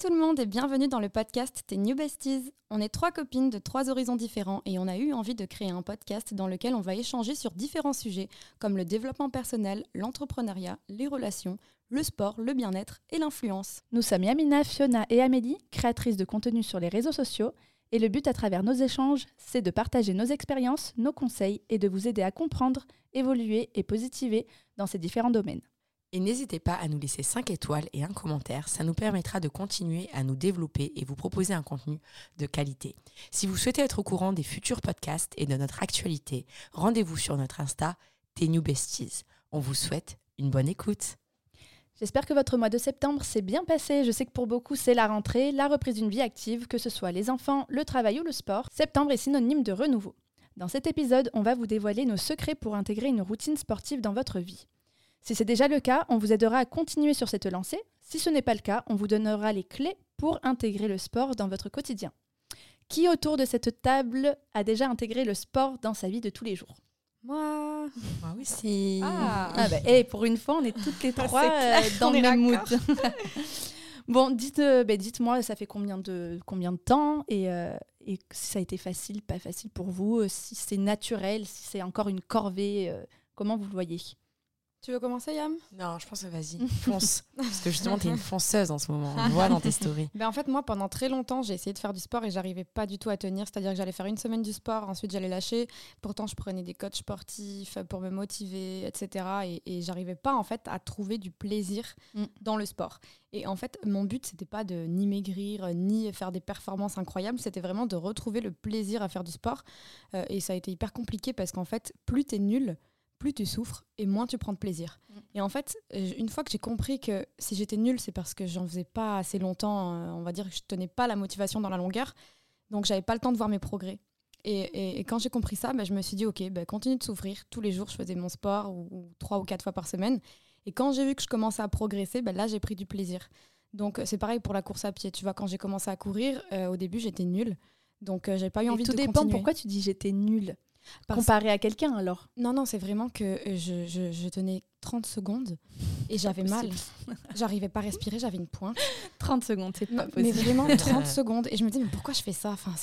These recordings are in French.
tout le monde et bienvenue dans le podcast Tes New Besties. On est 3 copines de 3 horizons différents et on a eu envie de créer un podcast dans lequel on va échanger sur différents sujets comme le développement personnel, l'entrepreneuriat, les relations, le sport, le bien-être et l'influence. Nous sommes Yamina, Fiona et Amélie, créatrices de contenu sur les réseaux sociaux. Et le but à travers nos échanges, c'est de partager nos expériences, nos conseils et de vous aider à comprendre, évoluer et positiver dans ces différents domaines. Et n'hésitez pas à nous laisser 5 étoiles et un commentaire, ça nous permettra de continuer à nous développer et vous proposer un contenu de qualité. Si vous souhaitez être au courant des futurs podcasts et de notre actualité, rendez-vous sur notre Insta, Tes New Besties. On vous souhaite une bonne écoute. J'espère que votre mois de septembre s'est bien passé. Je sais que pour beaucoup, c'est la rentrée, la reprise d'une vie active, que ce soit les enfants, le travail ou le sport. Septembre est synonyme de renouveau. Dans cet épisode, on va vous dévoiler nos secrets pour intégrer une routine sportive dans votre vie. Si c'est déjà le cas, on vous aidera à continuer sur cette lancée. Si ce n'est pas le cas, on vous donnera les clés pour intégrer le sport dans votre quotidien. Qui autour de cette table a déjà intégré le sport dans sa vie de tous les jours ? Moi aussi. Pour une fois, on est toutes les trois dans le même mood. Bon, dites-moi, ça fait combien de temps et si ça a été facile, pas facile pour vous, si c'est naturel, si c'est encore une corvée, comment vous le voyez ? Tu veux commencer, Yam ? Non, je pense que vas-y, fonce. Parce que justement, t'es une fonceuse en ce moment. On le voit dans tes stories. En fait, moi, pendant très longtemps, j'ai essayé de faire du sport et j'arrivais pas du tout à tenir. C'est-à-dire que j'allais faire une semaine du sport, ensuite j'allais lâcher. Pourtant, je prenais des coachs sportifs pour me motiver, etc. Et j'arrivais pas, en fait, à trouver du plaisir dans le sport. Et en fait, mon but, c'était pas de ni maigrir, ni faire des performances incroyables. C'était vraiment de retrouver le plaisir à faire du sport. Et ça a été hyper compliqué parce qu'en fait, plus t'es nul, plus tu souffres et moins tu prends de plaisir. Et en fait, une fois que j'ai compris que si j'étais nulle, c'est parce que j'en faisais pas assez longtemps, on va dire que je tenais pas la motivation dans la longueur, donc j'avais pas le temps de voir mes progrès. Et quand j'ai compris ça, je me suis dit, ok, continue de souffrir. Tous les jours, je faisais mon sport ou 3 ou 4 fois par semaine. Et quand j'ai vu que je commençais à progresser, là, j'ai pris du plaisir. Donc, c'est pareil pour la course à pied. Tu vois, quand j'ai commencé à courir, au début, j'étais nulle. Donc, j'ai pas eu envie de continuer. Tout dépend pourquoi tu dis j'étais nulle. Comparé à quelqu'un, alors ? Non, c'est vraiment que je tenais 30 secondes et j'avais mal. J'arrivais pas à respirer, j'avais une pointe. 30 secondes, c'est pas possible. Mais vraiment 30 secondes. Et je me dis, mais pourquoi je fais ça ? Enfin,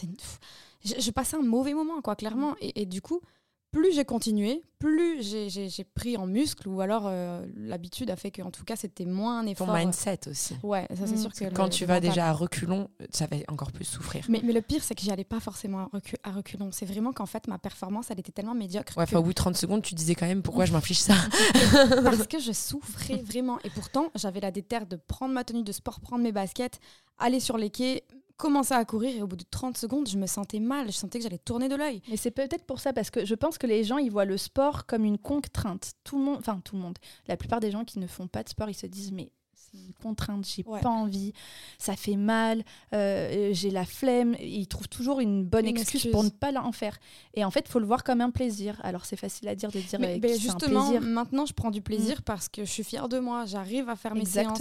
je passais un mauvais moment, quoi, clairement. Et du coup, plus j'ai continué, plus j'ai pris en muscle, ou alors l'habitude a fait qu'en tout cas, c'était moins un effort. Ton mindset aussi. Ouais, ça c'est sûr que quand tu vas déjà à reculons, ça va encore plus souffrir. Mais le pire, c'est que j'y allais pas forcément à reculons. C'est vraiment qu'en fait, ma performance, elle était tellement médiocre. Ouais, au bout de 30 secondes, tu disais quand même pourquoi je m'inflige ça. Parce que je souffrais vraiment. Et pourtant, j'avais la déterre de prendre ma tenue de sport, prendre mes baskets, aller sur les quais, commencer à courir, et au bout de 30 secondes, je me sentais mal, je sentais que j'allais tourner de l'œil. Mais c'est peut-être pour ça, parce que je pense que les gens, ils voient le sport comme une contrainte. Tout le monde, la plupart des gens qui ne font pas de sport, ils se disent, mais c'est une contrainte, j'ai pas envie, ça fait mal, j'ai la flemme. Ils trouvent toujours une bonne excuse pour ne pas en faire. Et en fait, il faut le voir comme un plaisir. Alors, c'est facile à dire que c'est un plaisir. Maintenant, je prends du plaisir parce que je suis fière de moi, j'arrive à faire mes séances.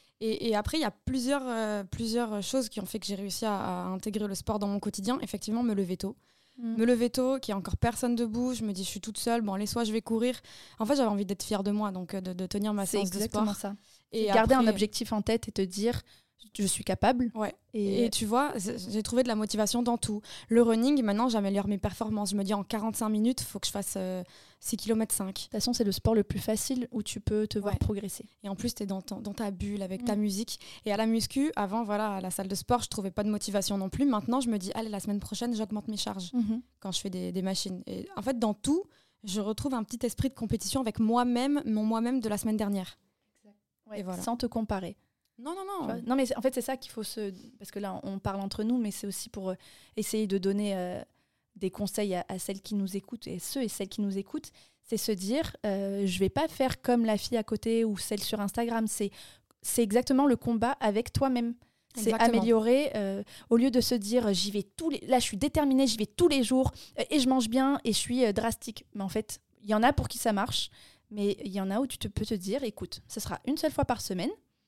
Et après, il y a plusieurs choses qui ont fait que j'ai réussi à intégrer le sport dans mon quotidien. Effectivement, me lever tôt. Me lever tôt, qu'il n'y a encore personne debout. Je me dis, je suis toute seule. Bon, allez, soit je vais courir. En fait, j'avais envie d'être fière de moi, donc de tenir ma séance de sport. C'est exactement ça. Et garder un objectif en tête et te dire, je suis capable. Ouais. Et tu vois, j'ai trouvé de la motivation dans tout. Le running, maintenant, j'améliore mes performances. Je me dis, en 45 minutes, il faut que je fasse 6 km 5. De toute façon, c'est le sport le plus facile où tu peux te voir progresser. Et en plus, tu es dans ta bulle avec ta musique. Et à la muscu, avant, à la salle de sport, je trouvais pas de motivation non plus. Maintenant, je me dis, allez, la semaine prochaine, j'augmente mes charges quand je fais des machines. Et en fait, dans tout, je retrouve un petit esprit de compétition avec moi-même, mon moi-même de la semaine dernière. Exact. Ouais, et voilà. Sans te comparer. Non. Non, mais en fait, c'est ça qu'il faut parce que là, on parle entre nous, mais c'est aussi pour essayer de donner des conseils à celles qui nous écoutent, et ceux et celles qui nous écoutent, c'est se dire, je vais pas faire comme la fille à côté ou celle sur Instagram. C'est exactement le combat avec toi-même. C'est améliorer, au lieu de se dire, là, je suis déterminée, j'y vais tous les jours, et je mange bien, et je suis drastique. Mais en fait, il y en a pour qui ça marche, mais il y en a où peux te dire, écoute, ce sera une seule fois par semaine.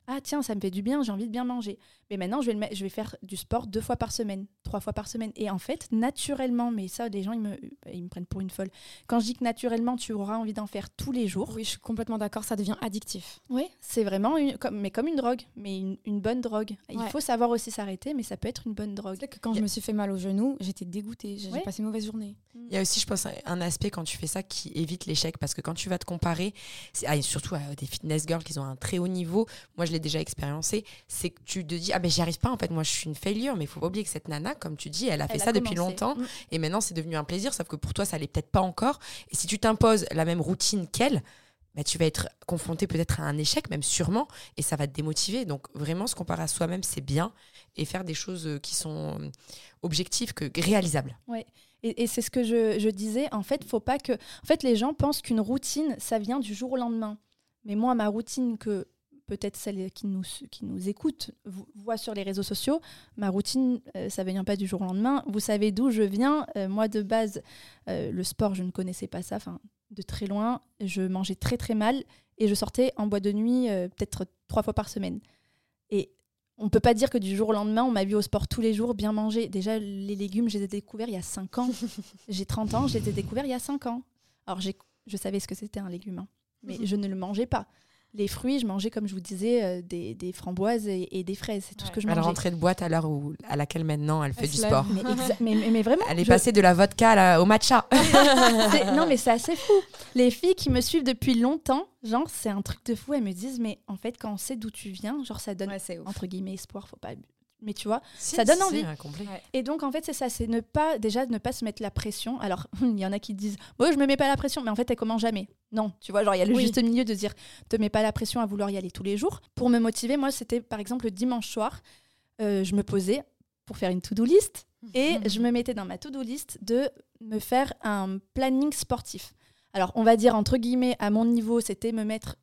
Ah tiens, ça me fait du bien, j'ai envie de bien manger. Mais maintenant, je vais faire du sport 2 fois par semaine, 3 fois par semaine. Et en fait, naturellement, mais ça, les gens, ils me prennent pour une folle. Quand je dis que naturellement, tu auras envie d'en faire tous les jours. Oui, je suis complètement d'accord, ça devient addictif. Oui, c'est vraiment comme une drogue, mais une bonne drogue. Il faut savoir aussi s'arrêter, mais ça peut être une bonne drogue. C'est que quand je me suis fait mal au genou, j'étais dégoûtée, j'ai passé une mauvaise journée. Il y a aussi, je pense, un aspect quand tu fais ça qui évite l'échec, parce que quand tu vas te comparer, et surtout à des fitness girls qui ont un très haut niveau, moi je l'ai déjà expériencé, c'est que tu te dis, ah ben j'y arrive pas en fait, moi je suis une failure, mais il faut pas oublier que cette nana, comme tu dis, elle a fait ça depuis longtemps, et maintenant c'est devenu un plaisir, sauf que pour toi ça l'est peut-être pas encore, et si tu t'imposes la même routine qu'elle, bah, tu vas être confronté peut-être à un échec, même sûrement, et ça va te démotiver. Donc vraiment se comparer à soi-même, c'est bien, et faire des choses qui sont objectives, réalisables. Ouais. Et c'est ce que je disais, en fait, faut pas que... En fait, les gens pensent qu'une routine, ça vient du jour au lendemain. Mais moi, ma routine que peut-être celles qui nous écoutent voient sur les réseaux sociaux, ma routine, ça ne vient pas du jour au lendemain. Vous savez d'où je viens. Moi, de base, le sport, je ne connaissais pas ça, de très loin. Je mangeais très, très mal et je sortais en boîte de nuit peut-être 3 fois par semaine. Et on ne peut pas dire que du jour au lendemain, on m'a vu au sport tous les jours, bien manger. Déjà, les légumes, je les ai découverts il y a 5 ans. J'ai 30 ans, je les ai découverts il y a 5 ans. Alors, je savais ce que c'était un légume, mais je ne le mangeais pas. Les fruits, je mangeais, comme je vous disais, des framboises et des fraises. C'est tout ce que je mangeais. Elle rentrait de boîte à l'heure à laquelle maintenant elle fait du sport. Mais vraiment. Elle est passée de la vodka au matcha. Non, mais c'est assez fou. Les filles qui me suivent depuis longtemps, genre, c'est un truc de fou. Elles me disent, mais en fait, quand on sait d'où tu viens, genre, ça donne, entre guillemets, espoir. Faut pas... Mais tu vois, ça donne envie. Et donc, en fait, c'est ça. C'est ne pas se mettre la pression. Alors, il y en a qui disent, moi, je me mets pas la pression. Mais en fait, elle commence jamais. Non, tu vois, genre, il y a le juste milieu de dire, te mets pas la pression à vouloir y aller tous les jours. Pour me motiver, moi, c'était par exemple le dimanche soir, je me posais pour faire une to-do list et je me mettais dans ma to-do list de me faire un planning sportif. Alors, on va dire, entre guillemets, à mon niveau, c'était me mettre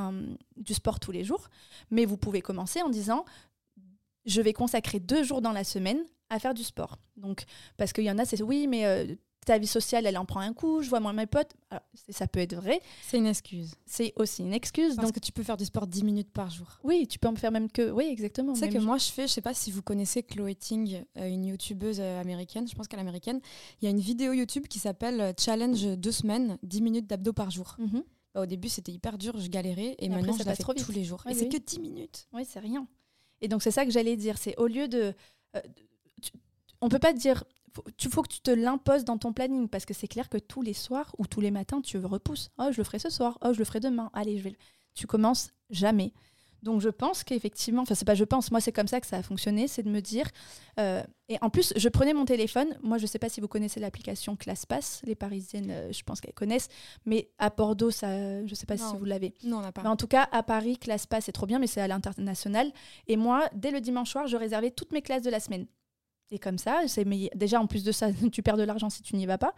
du sport tous les jours. Mais vous pouvez commencer en disant, je vais consacrer 2 jours dans la semaine à faire du sport. Donc, parce qu'il y en a, c'est oui, mais ta vie sociale, elle en prend un coup, je vois moins mes potes. Alors, ça peut être vrai. C'est une excuse. C'est aussi une excuse. Parce que tu peux faire du sport 10 minutes par jour. Oui, tu peux en faire même que... Oui, exactement. C'est que moi, je sais pas si vous connaissez Chloé Ting, une youtubeuse américaine, je pense qu'elle est américaine. Il y a une vidéo YouTube qui s'appelle Challenge 2 semaines, 10 minutes d'abdos par jour. Au début, c'était hyper dur, je galérais. Et maintenant, je la fais tous les jours. Et c'est que 10 minutes. Oui, c'est rien. Et donc, c'est ça que j'allais dire. C'est au lieu de... on peut pas te dire... faut que tu te l'imposes dans ton planning, parce que c'est clair que tous les soirs ou tous les matins, tu repousses. Oh, je le ferai ce soir. Oh, je le ferai demain. Allez, tu commences jamais. Donc, je pense qu'effectivement... Enfin, c'est pas je pense. Moi, c'est comme ça que ça a fonctionné. C'est de me dire... et en plus, je prenais mon téléphone. Moi, je sais pas si vous connaissez l'application ClassPass. Les Parisiennes, je pense qu'elles connaissent. Mais à Bordeaux, ça, je sais pas si vous l'avez. Non, on n'a pas. Mais en tout cas, à Paris, ClassPass, c'est trop bien, mais c'est à l'international. Et moi, dès le dimanche soir, je réservais toutes mes classes de la semaine. Et comme ça, déjà, en plus de ça, tu perds de l'argent si tu n'y vas pas.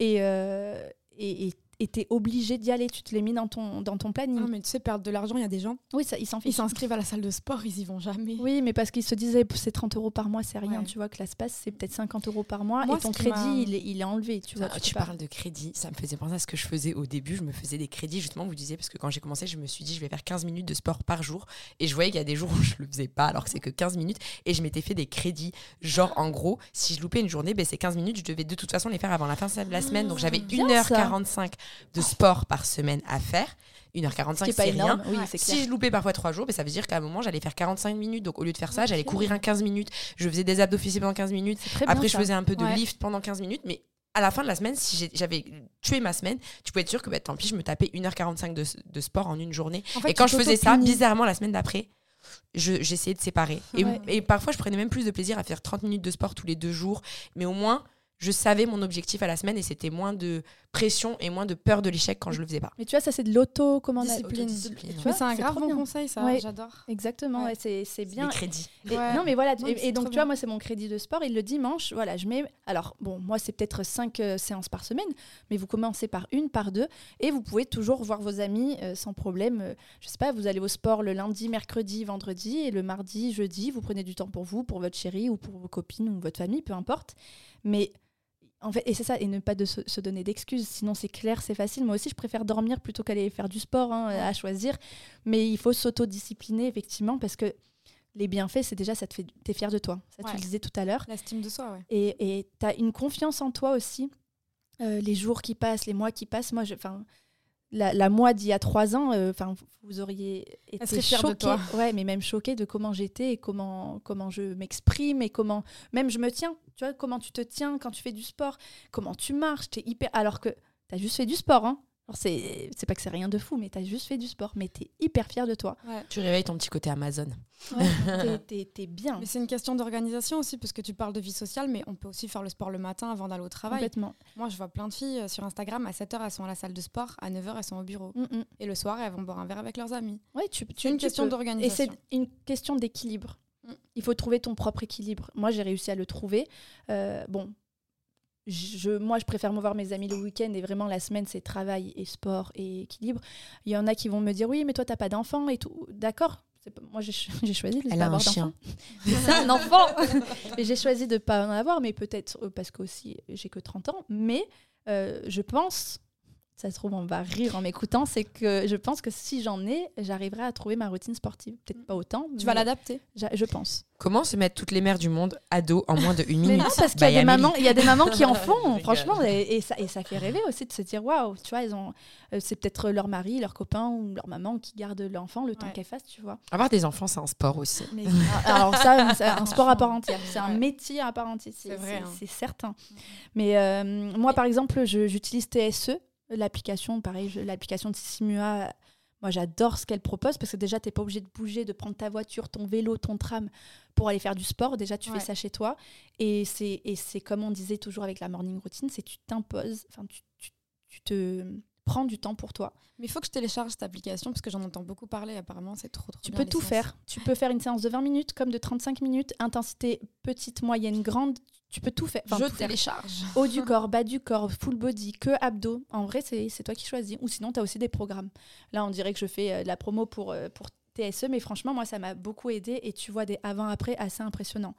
Et t'es obligé d'y aller, tu te l'es mis dans ton planning. Non, mais tu sais, perdre de l'argent, il y a des gens, ils s'en fichent. Ils s'inscrivent à la salle de sport, ils y vont jamais. Oui, mais parce qu'ils se disaient, c'est 30 € par mois, c'est rien, tu vois, que ClassPass, c'est peut-être 50 € par mois, et ton crédit, il est enlevé, tu vois. Tu parles de crédit, ça me faisait penser à ce que je faisais au début, je me faisais des crédits, justement, vous disiez, parce que quand j'ai commencé, je me suis dit, je vais faire 15 minutes de sport par jour, et je voyais qu'il y a des jours où je le faisais pas, alors que c'est que 15 minutes, et je m'étais fait des crédits, genre, en gros, si je loupais une journée, ces 15 minutes, je devais de toute façon les faire avant la fin de la semaine, donc j'avais 1h45 de sport par semaine à faire. 1h45, c'est rien. Oui, si je loupais parfois 3 jours, ça veut dire qu'à un moment, j'allais faire 45 minutes. Donc, au lieu de faire ça, j'allais courir un 15 minutes. Je faisais des abdos fessiers pendant 15 minutes. Après, je faisais un peu de lift pendant 15 minutes. Mais à la fin de la semaine, si j'avais tué ma semaine, tu pouvais être sûr que tant pis, je me tapais 1h45 de sport en une journée. En fait, et quand je faisais ça, bizarrement, la semaine d'après, j'essayais de séparer. Et parfois, je prenais même plus de plaisir à faire 30 minutes de sport tous les 2 jours. Mais au moins, je savais mon objectif à la semaine et c'était moins de pression et moins de peur de l'échec quand je le faisais pas. Mais tu vois, ça c'est de l'autodiscipline. C'est un grave bon conseil, ça, j'adore. Exactement, c'est bien. Les crédits. Non mais voilà, et donc tu vois, moi c'est mon crédit de sport et le dimanche, voilà, je mets... Alors bon, moi c'est peut-être 5 séances par semaine, mais vous commencez par 1, par 2 et vous pouvez toujours voir vos amis sans problème. Je sais pas, vous allez au sport le lundi, mercredi, vendredi et le mardi, jeudi, vous prenez du temps pour vous, pour votre chérie ou pour vos copines ou votre famille, peu importe. Mais En fait, et c'est ça, et ne pas se donner d'excuses. Sinon, c'est clair, c'est facile. Moi aussi, je préfère dormir plutôt qu'aller faire du sport, à choisir. Mais il faut s'autodiscipliner, effectivement, parce que les bienfaits, c'est déjà, t'es fier de toi. Ça, tu le disais tout à l'heure. L'estime de soi, ouais. Et t'as une confiance en toi aussi. Les jours qui passent, les mois qui passent. Moi, la moi d'il y a 3 ans, vous auriez été choqués. De toi. Ouais, mais même choqués de comment j'étais et comment je m'exprime et comment même je me tiens. Tu vois, comment tu te tiens quand tu fais du sport, comment tu marches, t'es hyper... Alors que t'as juste fait du sport, hein. Alors c'est pas que c'est rien de fou, mais t'as juste fait du sport, mais t'es hyper fière de toi. Ouais. Tu réveilles ton petit côté Amazon. Ouais, t'es bien. Mais c'est une question d'organisation aussi, parce que tu parles de vie sociale, mais on peut aussi faire le sport le matin avant d'aller au travail. Complètement. Moi, je vois plein de filles sur Instagram, à 7h, elles sont à la salle de sport, à 9h, elles sont au bureau. Et le soir, elles vont boire un verre avec leurs amis. Ouais, c'est une question d'organisation. Et c'est une question d'équilibre. Il faut trouver ton propre équilibre. Moi, j'ai réussi à le trouver. Moi, je préfère me voir mes amis le week-end et vraiment la semaine, c'est travail et sport et équilibre. Il y en a qui vont me dire oui, mais toi, t'as pas d'enfant et tout. D'accord. Moi, j'ai choisi de ne pas avoir d'enfant. C'est un enfant. Mais j'ai choisi de ne pas en avoir, mais peut-être parce que aussi j'ai que 30 ans. Mais je pense, ça se trouve, on va rire en m'écoutant, c'est que je pense que si j'en ai, j'arriverai à trouver ma routine sportive. Peut-être pas autant. Tu vas l'adapter. Je pense. Comment se mettre toutes les mères du monde ados en moins de 1 minute? Mais non, parce qu'il y a des mamans qui en font, franchement, et ça fait rêver aussi de se dire waouh, tu vois, c'est peut-être leur mari, leur copain ou leur maman qui garde l'enfant le temps qu'elle fasse, tu vois. Avoir des enfants, c'est un sport aussi. Mais, alors ça, c'est un sport à part entière, c'est un métier à part entière, c'est certain. Mais moi, par exemple, j'utilise TSE, l'application, pareil, l'application de Simua. Moi, j'adore ce qu'elle propose parce que déjà, tu n'es pas obligé de bouger, de prendre ta voiture, ton vélo, ton tram pour aller faire du sport. Déjà, tu fais ça chez toi. Et c'est comme on disait toujours avec la morning routine, c'est tu t'imposes, tu te prends du temps pour toi. Mais il faut que je télécharge cette application parce que j'en entends beaucoup parler. Apparemment, c'est trop bien. Tu peux tout faire. Tu peux faire une séance de 20 minutes comme de 35 minutes, intensité petite, moyenne, grande. Tu peux tout faire. Je télécharge. Haut du corps, bas du corps, full body, que abdos. En vrai, c'est toi qui choisis. Ou sinon, tu as aussi des programmes. Là, on dirait que je fais de la promo pour TSE, mais franchement, moi, ça m'a beaucoup aidé et tu vois des avant-après assez impressionnants.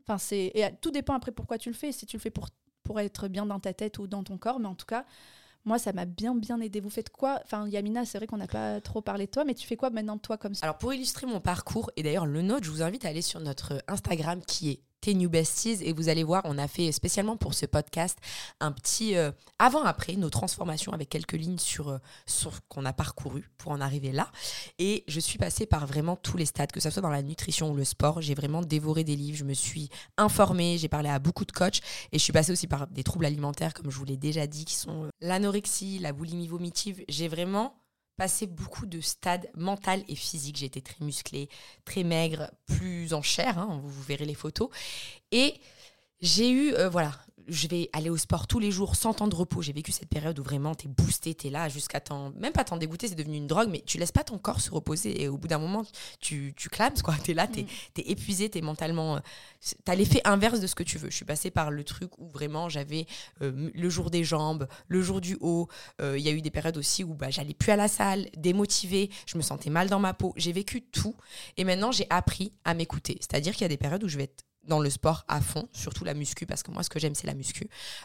Tout dépend après pourquoi tu le fais. Si tu le fais pour être bien dans ta tête ou dans ton corps, mais en tout cas, moi, ça m'a bien aidé. Vous faites quoi? Enfin, Yamina, c'est vrai qu'on n'a pas trop parlé de toi, mais tu fais quoi maintenant de toi comme ça? Alors, pour illustrer mon parcours, et d'ailleurs le nôtre, je vous invite à aller sur notre Instagram qui est Tes New Besties, et vous allez voir, on a fait spécialement pour ce podcast un petit avant-après, nos transformations avec quelques lignes sur ce qu'on a parcouru pour en arriver là. Et je suis passée par vraiment tous les stades, que ce soit dans la nutrition ou le sport. J'ai vraiment dévoré des livres, je me suis informée, j'ai parlé à beaucoup de coachs et je suis passée aussi par des troubles alimentaires, comme je vous l'ai déjà dit, qui sont l'anorexie, la boulimie vomitive. J'ai vraiment passé beaucoup de stades mental et physique. J'ai été très musclée, très maigre, plus en chair, hein, vous verrez les photos. Et j'ai eu, je vais aller au sport tous les jours sans temps de repos. J'ai vécu cette période où vraiment t'es boosté, t'es là jusqu'à même pas t'en dégoûter, c'est devenu une drogue, mais tu laisses pas ton corps se reposer et au bout d'un moment, tu clames, quoi. T'es là, t'es épuisé, t'es mentalement... T'as l'effet inverse de ce que tu veux. Je suis passée par le truc où vraiment j'avais le jour des jambes, le jour du haut. Il y a eu des périodes aussi où j'allais plus à la salle, démotivée, je me sentais mal dans ma peau. J'ai vécu tout et maintenant j'ai appris à m'écouter. C'est-à-dire qu'il y a des périodes où je vais être dans le sport à fond, surtout la muscu, parce que moi, ce que j'aime, c'est la muscu.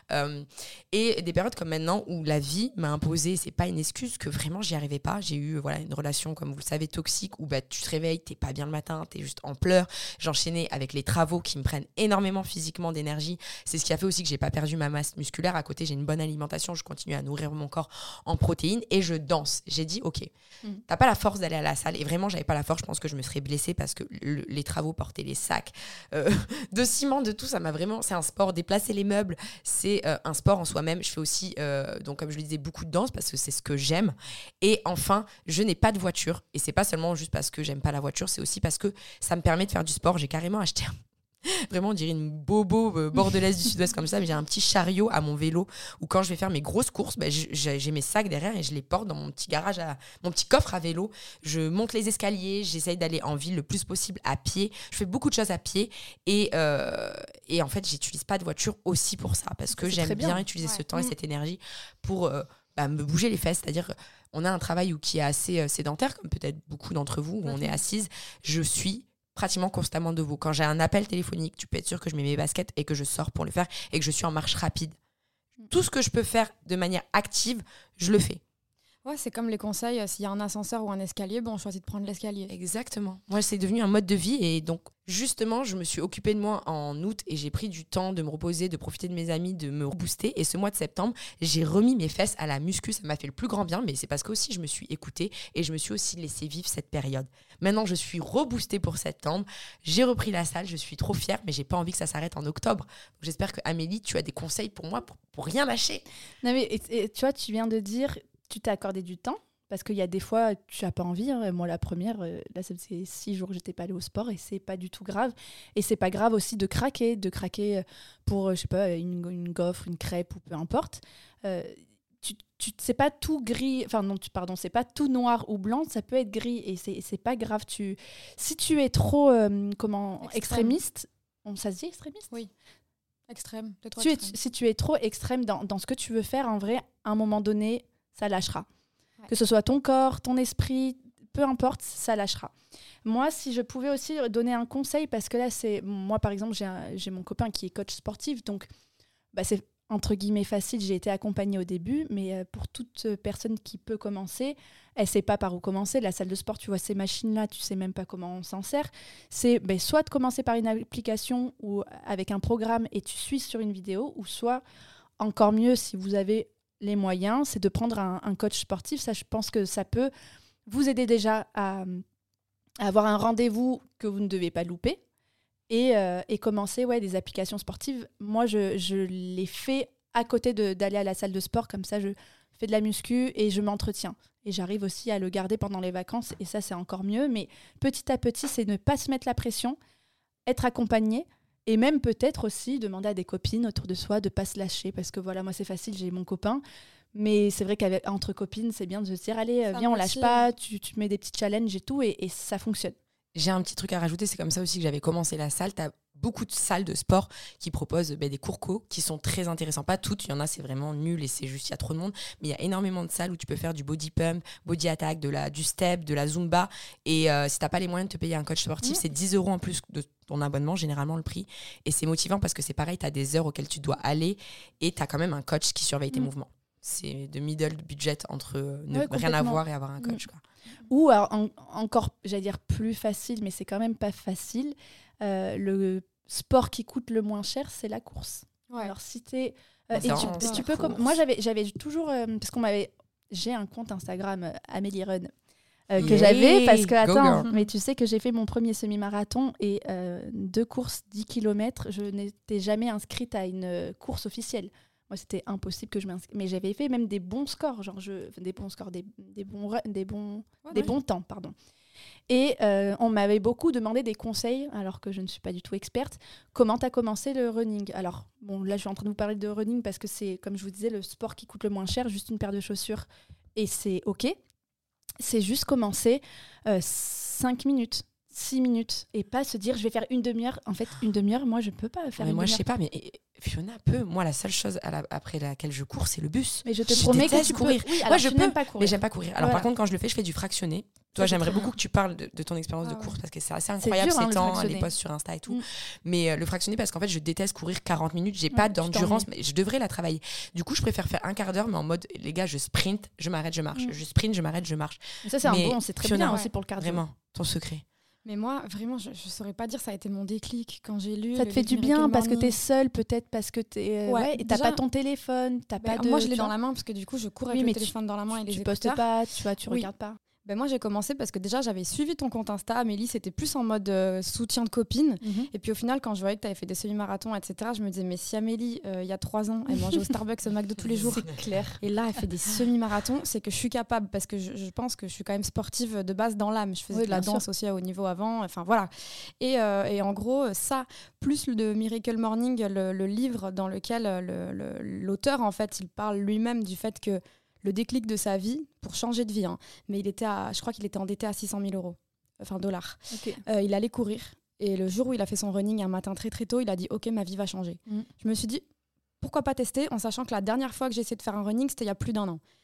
Et des périodes comme maintenant où la vie m'a imposé, c'est pas une excuse, que vraiment, j'y arrivais pas. J'ai eu une relation, comme vous le savez, toxique, où tu te réveilles, t'es pas bien le matin, t'es juste en pleurs. J'enchaînais avec les travaux qui me prennent énormément physiquement d'énergie. C'est ce qui a fait aussi que j'ai pas perdu ma masse musculaire. À côté, j'ai une bonne alimentation, je continue à nourrir mon corps en protéines et je danse. J'ai dit, ok, t'as pas la force d'aller à la salle. Et vraiment, j'avais pas la force. Je pense que je me serais blessée parce que les travaux, porter les sacs... de ciment, de tout, ça m'a vraiment... C'est un sport, déplacer les meubles, c'est un sport en soi-même. Je fais aussi, donc comme je le disais, beaucoup de danse parce que c'est ce que j'aime. Et enfin, je n'ai pas de voiture. Et c'est pas seulement juste parce que j'aime pas la voiture, c'est aussi parce que ça me permet de faire du sport. J'ai carrément acheté vraiment, on dirait une bobo bordelaise du sud-ouest comme ça, mais j'ai un petit chariot à mon vélo où quand je vais faire mes grosses courses, j'ai mes sacs derrière et je les porte dans mon petit garage, mon petit coffre à vélo. Je monte les escaliers, j'essaye d'aller en ville le plus possible à pied. Je fais beaucoup de choses à pied et en fait, j'utilise pas de voiture aussi pour ça parce que j'aime bien utiliser ce temps et cette énergie pour me bouger les fesses. C'est-à-dire qu'on a un travail qui est assez sédentaire, comme peut-être beaucoup d'entre vous, où on est assise. Je suis pratiquement constamment debout. Quand j'ai un appel téléphonique, tu peux être sûr que je mets mes baskets et que je sors pour le faire et que je suis en marche rapide. Tout ce que je peux faire de manière active, je le fais. Ouais, c'est comme les conseils, s'il y a un ascenseur ou un escalier, on choisit de prendre l'escalier. Exactement. Moi, c'est devenu un mode de vie et donc, justement, je me suis occupée de moi en août et j'ai pris du temps de me reposer, de profiter de mes amis, de me rebooster. Et ce mois de septembre, j'ai remis mes fesses à la muscu. Ça m'a fait le plus grand bien, mais c'est parce que aussi je me suis écoutée et je me suis aussi laissé vivre cette période. Maintenant, je suis reboostée pour septembre. J'ai repris la salle, je suis trop fière, mais j'ai pas envie que ça s'arrête en octobre. Donc, j'espère que Amélie, tu as des conseils pour moi pour rien lâcher. Non, mais et tu vois, tu viens de dire, tu t'es accordé du temps. Parce qu'il y a des fois, tu n'as pas envie. Hein. Moi, la première, là, ça faisait 6 jours que je n'étais pas allée au sport et c'est pas du tout grave. Et c'est pas grave aussi de craquer pour, je sais pas, une gaufre, une crêpe ou peu importe. C'est pas tout gris, enfin non, c'est pas tout noir ou blanc, ça peut être gris et c'est pas grave. Si tu es trop, extrémiste, ça se dit extrémiste ? Oui. Extrême. Si tu es trop extrême dans ce que tu veux faire, en vrai, à un moment donné, ça lâchera. Ouais. Que ce soit ton corps, ton esprit, peu importe, ça lâchera. Moi, si je pouvais aussi donner un conseil, parce que là, moi, par exemple, j'ai mon copain qui est coach sportif, donc c'est entre guillemets facile, j'ai été accompagnée au début, mais pour toute personne qui peut commencer, elle ne sait pas par où commencer. La salle de sport, tu vois ces machines-là, tu ne sais même pas comment on s'en sert. C'est soit de commencer par une application ou avec un programme et tu suis sur une vidéo, ou soit, encore mieux, si vous avez les moyens, c'est de prendre un coach sportif. Ça, je pense que ça peut vous aider déjà à avoir un rendez-vous que vous ne devez pas louper. Et commencer des applications sportives. Moi, je l'ai fait à côté d'aller à la salle de sport. Comme ça, je fais de la muscu et je m'entretiens. Et j'arrive aussi à le garder pendant les vacances. Et ça, c'est encore mieux. Mais petit à petit, c'est ne pas se mettre la pression, être accompagné. Et même peut-être aussi demander à des copines autour de soi de ne pas se lâcher. Parce que voilà, moi, c'est facile, j'ai mon copain. Mais c'est vrai qu'entre copines, c'est bien de se dire, allez, viens, on lâche pas. Tu mets des petits challenges et tout. Et ça fonctionne. J'ai un petit truc à rajouter, c'est comme ça aussi que j'avais commencé la salle. Tu as beaucoup de salles de sport qui proposent des cours co qui sont très intéressants. Pas toutes, il y en a, c'est vraiment nul et c'est juste, il y a trop de monde. Mais il y a énormément de salles où tu peux faire du body pump, body attack, du step, de la zumba. Et si tu n'as pas les moyens de te payer un coach sportif, c'est 10 € en plus de ton abonnement, généralement le prix. Et c'est motivant parce que c'est pareil, tu as des heures auxquelles tu dois aller et tu as quand même un coach qui surveille tes mouvements. C'est de middle budget entre rien avoir et avoir un coach. Quoi. Ou alors, encore, j'allais dire plus facile, mais c'est quand même pas facile. Le sport qui coûte le moins cher, c'est la course. Ouais. Alors si t'es, tu peux moi j'avais toujours parce j'ai un compte Instagram Amélie Run que j'avais parce que attends, mais tu sais que j'ai fait mon premier semi-marathon et 2 courses 10 km, je n'étais jamais inscrite à une course officielle. Moi, c'était impossible que je m'inscrive. Mais j'avais fait même des bons scores, des bons temps, pardon. Et on m'avait beaucoup demandé des conseils, alors que je ne suis pas du tout experte. Comment tu as commencé le running ? Alors, là, je suis en train de vous parler de running parce que c'est, comme je vous disais, le sport qui coûte le moins cher, juste une paire de chaussures. Et c'est OK. C'est juste commencer 5 minutes. 6 minutes et pas se dire je vais faire une demi-heure. En fait, une demi-heure, moi je peux pas faire une demi-heure. Moi je sais pas, mais Fiona peut. Moi la seule chose après laquelle je cours, c'est le bus. Mais je te promets que tu courir. Oui, moi je peux pas courir. Mais j'aime pas courir. Alors par contre quand je le fais, je fais du fractionné. Toi, j'aimerais beaucoup que tu parles de ton expérience de course parce que c'est assez incroyable ces temps, les posts sur Insta et tout. Mais le fractionné, parce qu'en fait, je déteste courir 40 minutes. J'ai pas d'endurance, mais je devrais la travailler. Du coup, je préfère faire un quart d'heure, mais en mode, les gars, je sprint, je m'arrête, je marche. Je sprint, je m'arrête, je marche. Mais ça, c'est très bien aussi pour le cardio. Vraiment, ton secret. Mais moi, vraiment, je saurais pas dire ça a été mon déclic quand j'ai lu. Ça te fait du bien parce que t'es seule, peut-être parce que t'es. Et t'as pas ton téléphone, t'as pas de. Moi, je l'ai dans la main parce que du coup, je cours avec le téléphone dans la main et les écouteurs. Tu postes pas, tu vois, tu regardes pas. Moi, j'ai commencé parce que déjà, j'avais suivi ton compte Insta, Amélie, c'était plus en mode soutien de copine. Et puis au final, quand je voyais que tu avais fait des semi-marathons, etc., je me disais, mais si Amélie, il y a 3 ans, elle mangeait au Starbucks, au McDo tous les jours. C'est clair. Et là, elle fait des semi-marathons, c'est que je suis capable, parce que je pense que je suis quand même sportive de base dans l'âme. Je faisais de la danse aussi à haut niveau avant, enfin voilà. Et en gros, ça, plus le Miracle Morning, le livre dans lequel l'auteur, en fait, il parle lui-même du fait que le déclic de sa vie pour changer de vie. Mais je crois qu'il était endetté à 600 000 €, enfin dollars. Okay. Il allait courir. Et le jour où il a fait son running un matin très très tôt, il a dit « Ok, ma vie va changer ». Je me suis dit « Pourquoi pas tester ?» en sachant que la dernière fois que j'ai essayé de faire un running, c'était il y a plus d'1 an.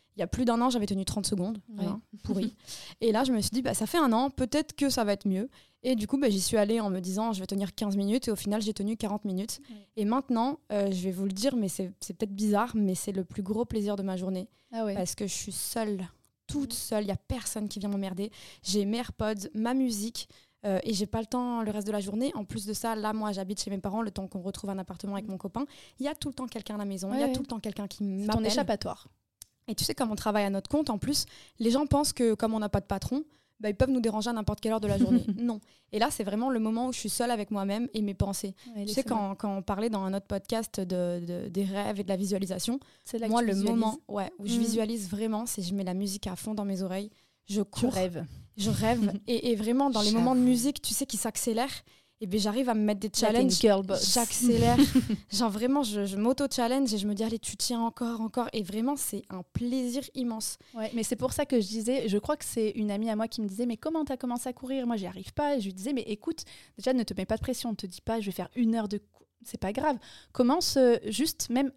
Il y a plus d'1 an, j'avais tenu 30 secondes, pourri. Et là, je me suis dit, ça fait 1 an, peut-être que ça va être mieux. Et du coup, j'y suis allée en me disant, je vais tenir 15 minutes. Et au final, j'ai tenu 40 minutes. Et maintenant, je vais vous le dire, mais c'est peut-être bizarre, mais c'est le plus gros plaisir de ma journée. Parce que je suis seule, toute seule. Il n'y a personne qui vient m'emmerder. J'ai mes AirPods, ma musique. Et j'ai pas le temps le reste de la journée. En plus de ça, là, moi, j'habite chez mes parents. Le temps qu'on retrouve un appartement avec mon copain, il y a tout le temps quelqu'un à la maison. Il y a tout le temps quelqu'un qui m'appelle. C'est ton échappatoire. Et tu sais, comme on travaille à notre compte, en plus, les gens pensent que comme on n'a pas de patron, ils peuvent nous déranger à n'importe quelle heure de la journée. Non. Et là, c'est vraiment le moment où je suis seule avec moi-même et mes pensées. Tu sais, quand on parlait dans un autre podcast des rêves et de la visualisation, moi, le moment où je visualise vraiment, c'est que je mets la musique à fond dans mes oreilles. Je cours. Je rêve. Et vraiment, dans les moments de musique, tu sais, qui s'accélèrent, et j'arrive à me mettre des challenges. J'accélère. Genre vraiment, je m'auto-challenge et je me dis, allez, tu tiens encore. Et vraiment, c'est un plaisir immense. Ouais, mais c'est pour ça que je disais, je crois que c'est une amie à moi qui me disait, mais comment t'as commencé à courir ? Moi, j'y arrive pas. Et je lui disais, mais écoute, déjà, ne te mets pas de pression. Ne te dis pas, je vais faire 1 heure de cours. C'est pas grave. Commence juste même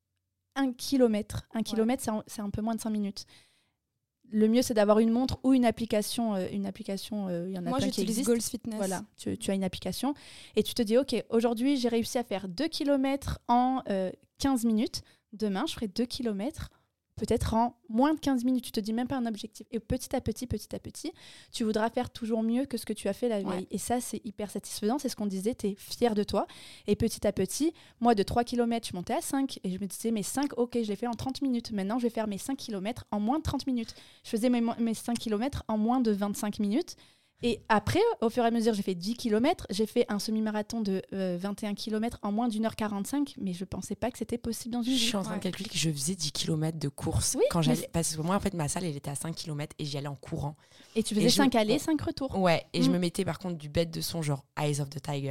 1 kilomètre. 1 kilomètre, c'est un peu moins de 5 minutes. Le mieux, c'est d'avoir une montre ou une application. Il y en a plein qui existent. Moi, j'utilise Goals Fitness. Voilà, tu as une application. Et tu te dis, OK, aujourd'hui, j'ai réussi à faire 2 km en 15 minutes. Demain, je ferai 2 km peut-être en moins de 15 minutes. Tu te dis même pas un objectif. Et petit à petit, tu voudras faire toujours mieux que ce que tu as fait la veille. Et ça, c'est hyper satisfaisant. C'est ce qu'on disait, tu es fier de toi. Et petit à petit, moi, de 3 km, je montais à 5. Et je me disais, mes 5, OK, je l'ai fait en 30 minutes. Maintenant, je vais faire mes 5 km en moins de 30 minutes. Je faisais mes 5 km en moins de 25 minutes. Et après, au fur et à mesure, j'ai fait 10 km. J'ai fait un semi-marathon de 21 km en moins d'1h45. Mais je ne pensais pas que c'était possible dans une vie. Je suis en train de calculer que je faisais 10 km de course quand j'allais. Parce que moi, en fait, ma salle, elle était à 5 km et j'y allais en courant. Et tu faisais 5 allées, 5 retours. Ouais, et je me mettais par contre du bête de son, genre Eyes of the Tiger.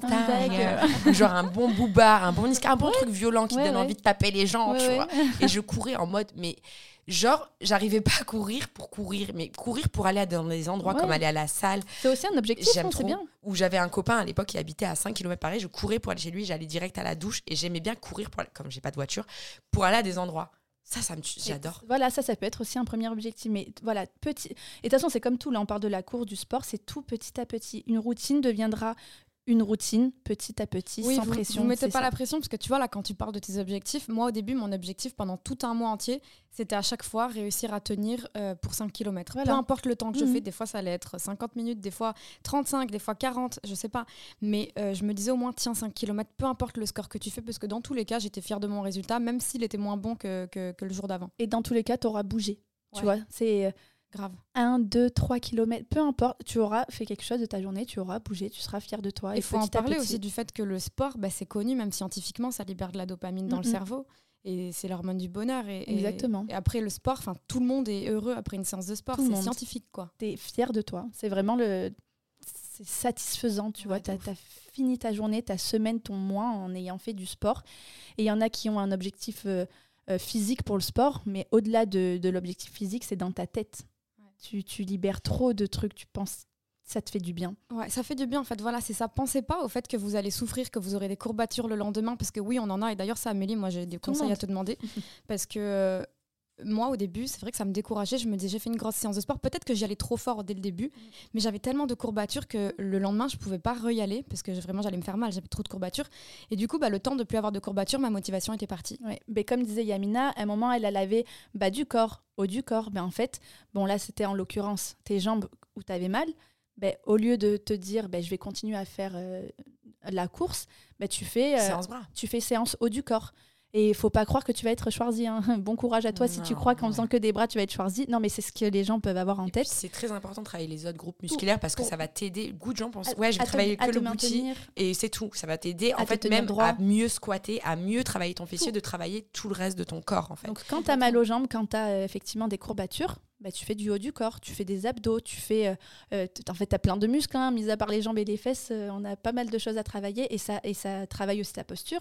Tiger. Genre un bon Booba, un bon Niska, un bon truc violent qui te donne envie de taper les gens, tu vois. Et je courais en mode, mais genre, j'arrivais pas à courir, mais courir pour aller dans des endroits comme aller à la salle. C'est aussi un objectif, c'est bien. Où j'avais un copain à l'époque qui habitait à 5 km pareil, je courais pour aller chez lui, j'allais direct à la douche et j'aimais bien courir, comme j'ai pas de voiture, pour aller à des endroits. Ça me tue, j'adore. Voilà, ça peut être aussi un premier objectif. Mais voilà, petit. Et de toute façon, c'est comme tout. Là, on parle de la course, du sport, c'est tout petit à petit. Une routine deviendra une routine petit à petit, sans pression. Vous mettez pas la pression parce que tu vois, là, quand tu parles de tes objectifs, moi, au début, mon objectif pendant tout un mois entier, c'était à chaque fois réussir à tenir pour 5 km. Voilà. Peu importe le temps que je fais, des fois, ça allait être 50 minutes, des fois 35, des fois 40, je sais pas. Mais je me disais au moins, tiens, 5 km, peu importe le score que tu fais, parce que dans tous les cas, j'étais fière de mon résultat, même s'il était moins bon que le jour d'avant. Et dans tous les cas, tu auras bougé. Tu vois, c'est... Grave. 1, 2, 3 km, peu importe, tu auras fait quelque chose de ta journée, tu auras bougé, tu seras fier de toi. Il faut en parler aussi du fait que le sport, c'est connu, même scientifiquement, ça libère de la dopamine dans le cerveau. Et c'est l'hormone du bonheur. Exactement. Et après le sport, tout le monde est heureux après une séance de sport. C'est scientifique, quoi. Tu es fier de toi. C'est vraiment c'est satisfaisant, tu vois. Tu as fini ta journée, ta semaine, ton mois en ayant fait du sport. Et il y en a qui ont un objectif physique pour le sport, mais au-delà de l'objectif physique, c'est dans ta tête. Tu libères trop de trucs, tu penses, ça te fait du bien. Ouais, ça fait du bien en fait, voilà, c'est ça. Pensez pas au fait que vous allez souffrir, que vous aurez des courbatures le lendemain, parce que oui, on en a, et d'ailleurs ça, Amélie, moi j'ai des conseils à te demander, parce que moi au début, c'est vrai que ça me décourageait, je me disais j'ai fait une grosse séance de sport, peut-être que j'y allais trop fort dès le début, mais j'avais tellement de courbatures que le lendemain, je pouvais pas y-aller, parce que vraiment j'allais me faire mal, j'avais trop de courbatures, et du coup, le temps de plus avoir de courbatures, ma motivation était partie. Ouais. Mais comme disait Yamina, à un moment, elle avait bas du corps, haut du corps. En fait, là, c'était en l'occurrence tes jambes où tu avais mal. Au lieu de te dire je vais continuer à faire la course, tu fais séance haut du corps. Et il faut pas croire que tu vas être Schwarzy. Bon courage à toi si tu crois qu'en faisant que des bras, tu vas être Schwarzy. Non, mais c'est ce que les gens peuvent avoir en tête. C'est très important de travailler les autres groupes musculaires parce que ça va t'aider. Beaucoup de gens pensent je vais travailler que le booty et c'est tout. Ça va t'aider en fait même à mieux squatter, à mieux travailler ton fessier, de travailler tout le reste de ton corps en fait. Donc quand tu as mal aux jambes, quand tu as effectivement des courbatures, tu fais du haut du corps, tu fais des abdos, tu fais... en fait, tu as plein de muscles, mis à part les jambes et les fesses, on a pas mal de choses à travailler et ça travaille aussi ta posture.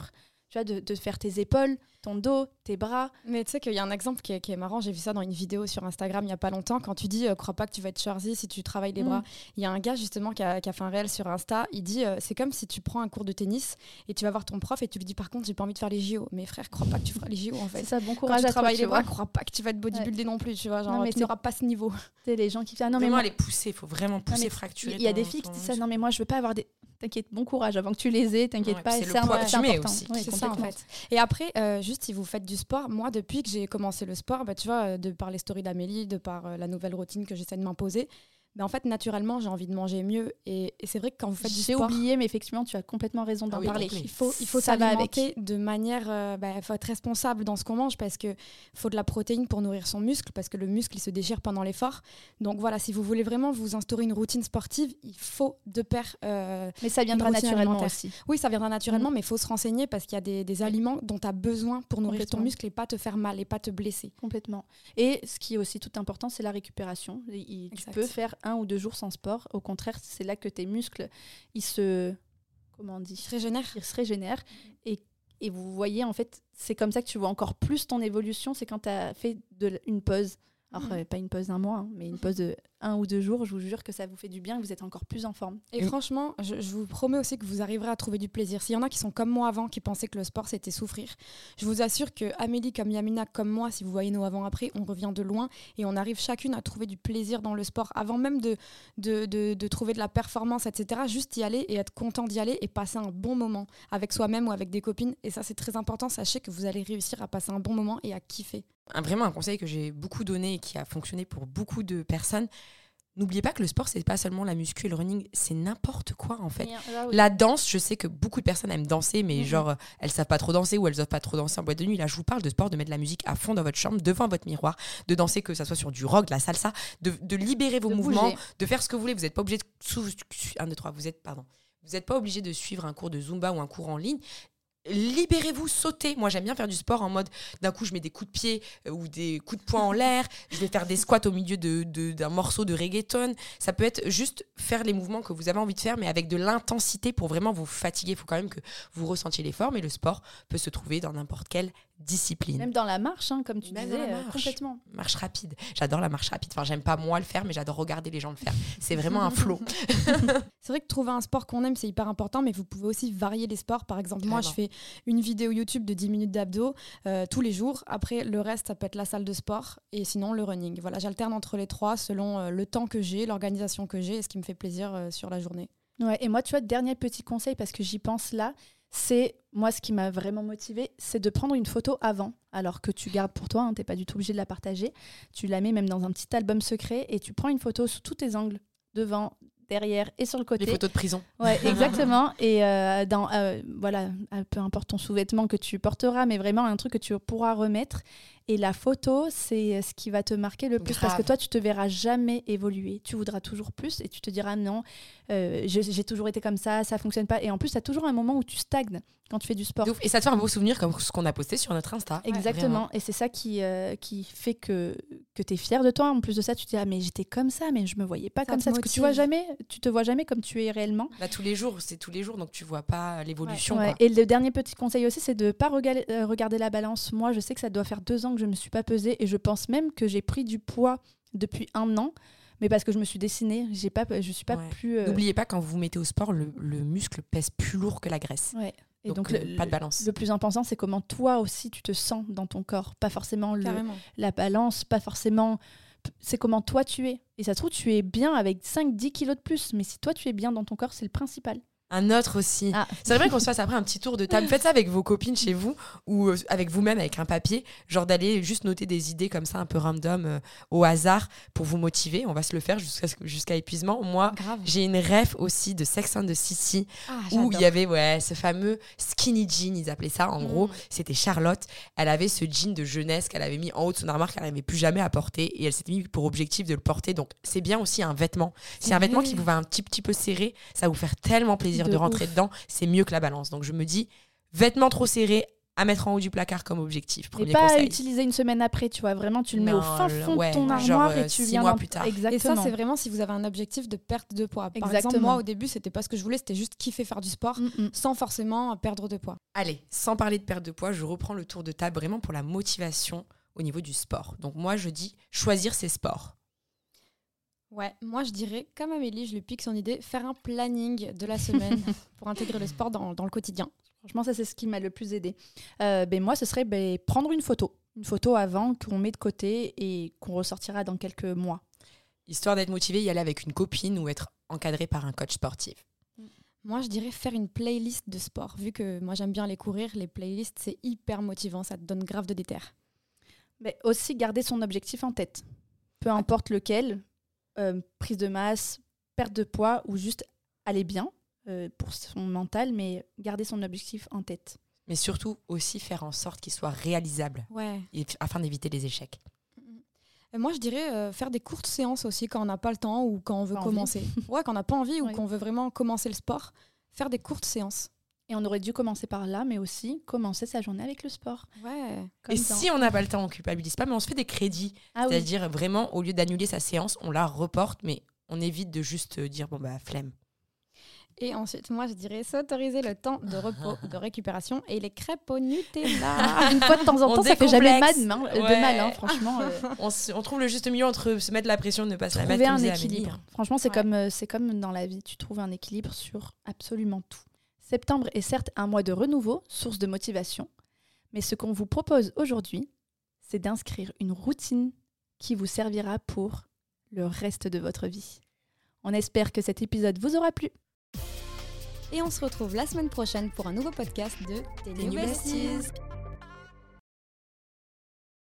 tu vois, de faire tes épaules, ton dos, tes bras. Mais tu sais qu'il y a un exemple qui est marrant, j'ai vu ça dans une vidéo sur Instagram il n'y a pas longtemps, quand tu dis crois pas que tu vas être Schwarzy si tu travailles les bras. Il y a un gars justement qui a fait un réel sur Insta, il dit c'est comme si tu prends un cours de tennis et tu vas voir ton prof et tu lui dis par contre j'ai pas envie de faire les JO. Mais frère, crois pas que tu feras les JO en fait. C'est ça, bon Quand courage tu à toi, travailles tu les bras, vois. crois pas que tu vas être bodybuildé non plus, tu vois, genre Non, mais tu n'auras pas ce niveau. C'est les gens qui disent non mais Vraiment, moi, aller pousser, il faut vraiment pousser, fracturer. il y a des filles qui disent ça, non mais moi je veux pas avoir des... T'inquiète, bon courage avant que tu les aies, t'inquiète pas, c'est et le poids que tu mets important. aussi. Ouais, C'est ça en complètement. fait. Et après, juste si vous faites du sport, moi depuis que j'ai commencé le sport, tu vois, de par les stories d'Amélie, de par la nouvelle routine que j'essaie de m'imposer, en fait naturellement j'ai envie de manger mieux. Et c'est vrai que quand vous faites du J'ai sport, oublié, mais effectivement tu as complètement raison d'en Ah oui, parler. complet. il faut Ça va s'alimenter de manière, faut être responsable dans ce qu'on mange parce que faut de la protéine pour nourrir son muscle parce que le muscle il se déchire pendant l'effort. Donc voilà, si vous voulez vraiment vous instaurer une routine sportive, il faut de pair. Mais ça viendra une routine naturellement alimentaire. aussi. Oui, ça viendra naturellement, mais il faut se renseigner parce qu'il y a des aliments dont tu as besoin pour nourrir ton Complètement. muscle et pas te faire mal et pas te blesser. Complètement. Et ce qui est aussi tout important, c'est la récupération. Tu Exact. peux faire 1 ou 2 jours sans sport. Au contraire, c'est là que tes muscles, ils se... Comment on dit ? Il se régénère. Ils se régénèrent. Et vous voyez, en fait, c'est comme ça que tu vois encore plus ton évolution. C'est quand tu as fait une pause. Alors, pas une pause d'un mois, hein, mais une pause de 1 ou 2 jours. Je vous jure que ça vous fait du bien, que vous êtes encore plus en forme. Et franchement, je vous promets aussi que vous arriverez à trouver du plaisir. S'il y en a qui sont comme moi avant, qui pensaient que le sport c'était souffrir, je vous assure que Amélie comme Yamina comme moi, si vous voyez nos avant-après, on revient de loin et on arrive chacune à trouver du plaisir dans le sport avant même de trouver de la performance, etc. Juste y aller et être content d'y aller et passer un bon moment avec soi-même ou avec des copines. Et ça, c'est très important. Sachez que vous allez réussir à passer un bon moment et à kiffer. Vraiment un conseil que j'ai beaucoup donné et qui a fonctionné pour beaucoup de personnes. N'oubliez pas que le sport, c'est pas seulement la muscu et le running, c'est n'importe quoi en fait. La danse, je sais que beaucoup de personnes aiment danser, mais genre elles savent pas trop danser ou elles osent pas trop danser en boîte de nuit. Là, je vous parle de sport, de mettre la musique à fond dans votre chambre, devant votre miroir, de danser, que ça soit sur du rock, de la salsa, de libérer vos mouvements, bouger. de faire ce que vous voulez. Vous n'êtes pas obligé de vous n'êtes pas obligé de suivre un cours de Zumba ou un cours en ligne. Libérez-vous, sautez. Moi, j'aime bien faire du sport en mode d'un coup, je mets des coups de pied ou des coups de poing en l'air. Je vais faire des squats au milieu d'un morceau de reggaeton. Ça peut être juste faire les mouvements que vous avez envie de faire, mais avec de l'intensité pour vraiment vous fatiguer. Il faut quand même que vous ressentiez l'effort, mais le sport peut se trouver dans n'importe quelle discipline. Même dans la marche, hein, comme tu Même disais, dans la marche. complètement. Marche rapide. J'adore la marche rapide. Enfin, j'aime pas moi le faire, mais j'adore regarder les gens le faire. C'est vraiment un flow. C'est vrai que trouver un sport qu'on aime, c'est hyper important, mais vous pouvez aussi varier les sports. Par exemple, moi, je fais une vidéo YouTube de 10 minutes d'abdos tous les jours. Après, le reste, ça peut être la salle de sport et sinon le running. Voilà, j'alterne entre les trois selon le temps que j'ai, l'organisation que j'ai et ce qui me fait plaisir sur la journée. Ouais, et moi, tu vois, dernier petit conseil, parce que j'y pense là, c'est, moi, ce qui m'a vraiment motivée, c'est de prendre une photo avant, alors que tu gardes pour toi, hein, t'es pas du tout obligé de la partager. Tu la mets même dans un petit album secret et tu prends une photo sous tous tes angles, devant, derrière et sur le côté. Les photos de prison. Ouais, exactement. Et voilà, peu importe ton sous-vêtement que tu porteras, mais vraiment un truc que tu pourras remettre. Et la photo, c'est ce qui va te marquer le plus. Grave. Parce que toi, tu te verras jamais évoluer. Tu voudras toujours plus et tu te diras non, j'ai toujours été comme ça fonctionne pas. Et en plus, tu as toujours un moment où tu stagnes quand tu fais du sport. De ouf. Et ça te fait un beau souvenir comme ce qu'on a posté sur notre Insta. Exactement. Vraiment. Et c'est ça qui fait que tu es fier de toi. En plus de ça, tu te dis, ah, mais j'étais comme ça, mais je me voyais pas comme te ça. Parce que tu te vois jamais comme tu es réellement. Là, tous les jours, c'est tous les jours, donc tu vois pas l'évolution. Ouais. Quoi. Et le dernier petit conseil aussi, c'est de ne pas regarder la balance. Moi, je sais que ça doit faire 2 ans que je ne me suis pas pesée et je pense même que j'ai pris du poids depuis 1 an. Mais parce que je me suis dessinée, je suis pas plus... N'oubliez pas, quand vous vous mettez au sport, le muscle pèse plus lourd que la graisse. Ouais. Et Donc, pas de balance. Le plus important, c'est comment toi aussi tu te sens dans ton corps. Pas forcément la balance, pas forcément... C'est comment toi tu es. Et ça se trouve, tu es bien avec 5-10 kilos de plus. Mais si toi tu es bien dans ton corps, c'est le principal. Un autre aussi. Ah. C'est vrai qu'on se fasse après un petit tour de table. Faites ça avec vos copines chez vous ou avec vous-même avec un papier. Genre d'aller juste noter des idées comme ça un peu random au hasard pour vous motiver. On va se le faire jusqu'à épuisement. Moi, j'ai une ref aussi de Sex and the City où il y avait ce fameux skinny jean, ils appelaient ça. En gros, c'était Charlotte. Elle avait ce jean de jeunesse qu'elle avait mis en haut de son armoire qu'elle n'avait plus jamais à porter et elle s'était mis pour objectif de le porter. Donc c'est bien aussi un vêtement. Si un vêtement qui vous va un petit peu serré, ça va vous faire tellement plaisir de rentrer dedans, c'est mieux que la balance. Donc je me dis, vêtements trop serrés, à mettre en haut du placard comme objectif. Et Premier pas à conseil. utiliser une semaine après, tu vois. Vraiment, tu le mets au fin fond de ton genre, armoire et tu 6 viens mois plus tard. Exactement. Et ça, c'est vraiment si vous avez un objectif de perte de poids. Par exemple, Exactement. moi, au début, c'était pas ce que je voulais, c'était juste kiffer faire du sport sans forcément perdre de poids. Allez, sans parler de perte de poids, je reprends le tour de table vraiment pour la motivation au niveau du sport. Donc moi, je dis choisir ses sports. Ouais, moi, je dirais, comme Amélie, je lui pique son idée, faire un planning de la semaine pour intégrer le sport dans le quotidien. Franchement, ça, c'est ce qui m'a le plus aidé. Moi, ce serait prendre une photo. Une photo avant qu'on met de côté et qu'on ressortira dans quelques mois. Histoire d'être motivé, y aller avec une copine ou être encadré par un coach sportif. Moi, je dirais faire une playlist de sport. Vu que moi, j'aime bien les courir, les playlists, c'est hyper motivant. Ça te donne grave de déter. Mais aussi garder son objectif en tête. Peu importe lequel, prise de masse, perte de poids ou juste aller bien pour son mental, mais garder son objectif en tête. Mais surtout aussi faire en sorte qu'il soit réalisable Ouais. afin d'éviter les échecs. Et moi, je dirais faire des courtes séances aussi quand on n'a pas le temps ou quand on veut Pas commencer. Ouais, quand on n'a pas envie ou Ouais. qu'on veut vraiment commencer le sport. Faire des courtes séances. Et on aurait dû commencer par là, mais aussi commencer sa journée avec le sport. Ouais. Et si on n'a pas le temps, on culpabilise pas, mais on se fait des crédits. Ah oui. C'est-à-dire vraiment, au lieu d'annuler sa séance, on la reporte, mais on évite de juste dire flemme. Et ensuite, moi, je dirais s'autoriser le temps de repos, de récupération et les crêpes au Nutella. Une fois de temps en On temps, ça fait jamais décomplexe. de mal, Ouais. franchement. On trouve le juste milieu entre se mettre la pression et ne pas se la mettre. Trouver un comme disait équilibre. Amélie. Franchement, c'est Ouais. comme dans la vie. Tu trouves un équilibre sur absolument tout. Septembre est certes un mois de renouveau, source de motivation. Mais ce qu'on vous propose aujourd'hui, c'est d'inscrire une routine qui vous servira pour le reste de votre vie. On espère que cet épisode vous aura plu. Et on se retrouve la semaine prochaine pour un nouveau podcast de Des New Besties.